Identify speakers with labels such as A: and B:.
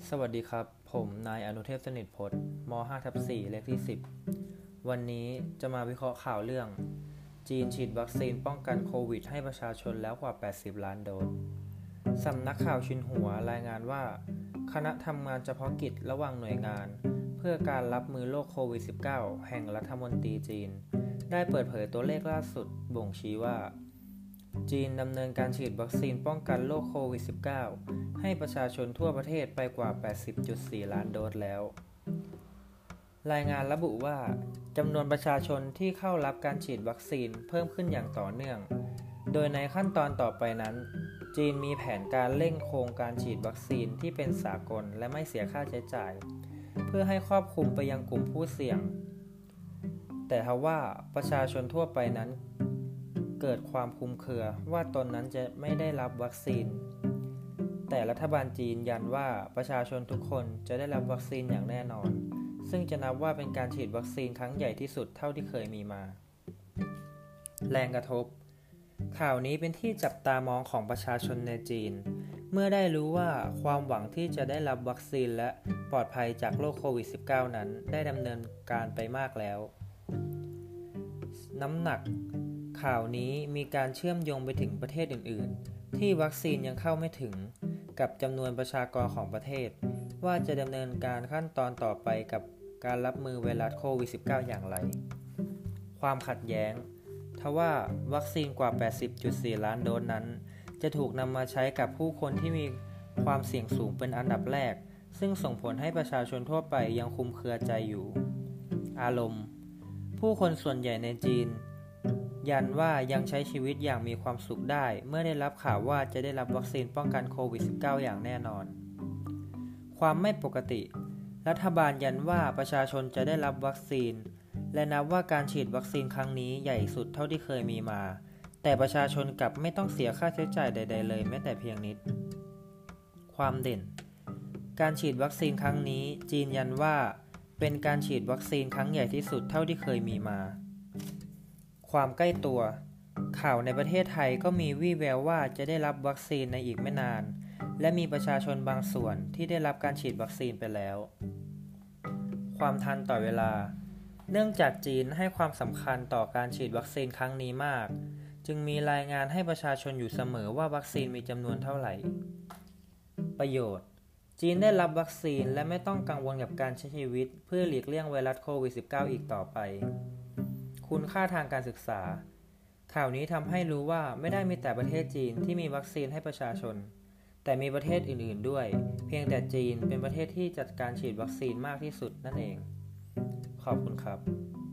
A: สวัสดีครับผมนายอนุเทพสนิทพจน์ม .5/4 เลขที่10วันนี้จะมาวิเคราะห์ข่าวเรื่องจีนฉีดวัคซีนป้องกันโควิดให้ประชาชนแล้วกว่า80ล้านโดสสำนักข่าวชินหัวรายงานว่าคณะทำงานเฉพาะกิจระหว่างหน่วยงานเพื่อการรับมือโรคโควิด -19 แห่งรัฐมนตรีจีนได้เปิดเผยตัวเลขล่าสุดบ่งชี้ว่าจีนดำเนินการฉีดวัคซีนป้องกันโรคโควิด -19 ให้ประชาชนทั่วประเทศไปกว่า 80.4 ล้านโดสแล้วรายงานระบุว่าจำนวนประชาชนที่เข้ารับการฉีดวัคซีนเพิ่มขึ้นอย่างต่อเนื่องโดยในขั้นตอนต่อไปนั้นจีนมีแผนการเร่งโครงการฉีดวัคซีนที่เป็นสากลและไม่เสียค่าใช้จ่ายเพื่อให้ครอบคลุมไปยังกลุ่มผู้เสี่ยงแต่ทว่าประชาชนทั่วไปนั้นเกิดความคลุมเครือว่าตนนั้นจะไม่ได้รับวัคซีนแต่รัฐบาลจีนยันว่าประชาชนทุกคนจะได้รับวัคซีนอย่างแน่นอนซึ่งจะนับว่าเป็นการฉีดวัคซีนครั้งใหญ่ที่สุดเท่าที่เคยมีมาแรงกระทบข่าวนี้เป็นที่จับตามองของประชาชนในจีนเมื่อได้รู้ว่าความหวังที่จะได้รับวัคซีนและปลอดภัยจากโรคโควิด -19 นั้นได้ดำเนินการไปมากแล้วน้ำหนักข่าวนี้มีการเชื่อมโยงไปถึงประเทศอื่นๆที่วัคซีนยังเข้าไม่ถึงกับจำนวนประชากรของประเทศว่าจะดำเนินการขั้นตอนต่อไปกับการรับมือไวรัสโควิด -19 อย่างไรความขัดแย้งทว่าวัคซีนกว่า 80.4 ล้านโดสนั้นจะถูกนำมาใช้กับผู้คนที่มีความเสี่ยงสูงเป็นอันดับแรกซึ่งส่งผลให้ประชาชนทั่วไปยังคลุมเครือใจอยู่อารมณ์ผู้คนส่วนใหญ่ในจีนยันว่ายังใช้ชีวิตอย่างมีความสุขได้เมื่อได้รับข่าวว่าจะได้รับวัคซีนป้องกันโควิด -19 อย่างแน่นอนความไม่ปกติรัฐบาลยันว่าประชาชนจะได้รับวัคซีนและนับว่าการฉีดวัคซีนครั้งนี้ใหญ่สุดเท่าที่เคยมีมาแต่ประชาชนกลับไม่ต้องเสียค่าใช้จ่ายใดๆเลยแม้แต่เพียงนิดความเด่นการฉีดวัคซีนครั้งนี้จีนยันว่าเป็นการฉีดวัคซีนครั้งใหญ่ที่สุดเท่าที่เคยมีมาความใกล้ตัวข่าวในประเทศไทยก็มีวี่แววว่าจะได้รับวัคซีนในอีกไม่นานและมีประชาชนบางส่วนที่ได้รับการฉีดวัคซีนไปแล้วความทันต่อเวลาเนื่องจากจีนให้ความสำคัญต่อการฉีดวัคซีนครั้งนี้มากจึงมีรายงานให้ประชาชนอยู่เสมอว่าวัคซีนมีจำนวนเท่าไหร่ประโยชน์จีนได้รับวัคซีนและไม่ต้องกังวลกับการใช้ชีวิตเพื่อหลีกเลี่ยงไวรัสโควิด -19 อีกต่อไปคุณค่าทางการศึกษาข่าวนี้ทำให้รู้ว่าไม่ได้มีแต่ประเทศจีนที่มีวัคซีนให้ประชาชนแต่มีประเทศอื่นๆด้วยเพียงแต่จีนเป็นประเทศที่จัดการฉีดวัคซีนมากที่สุดนั่นเองขอบคุณครับ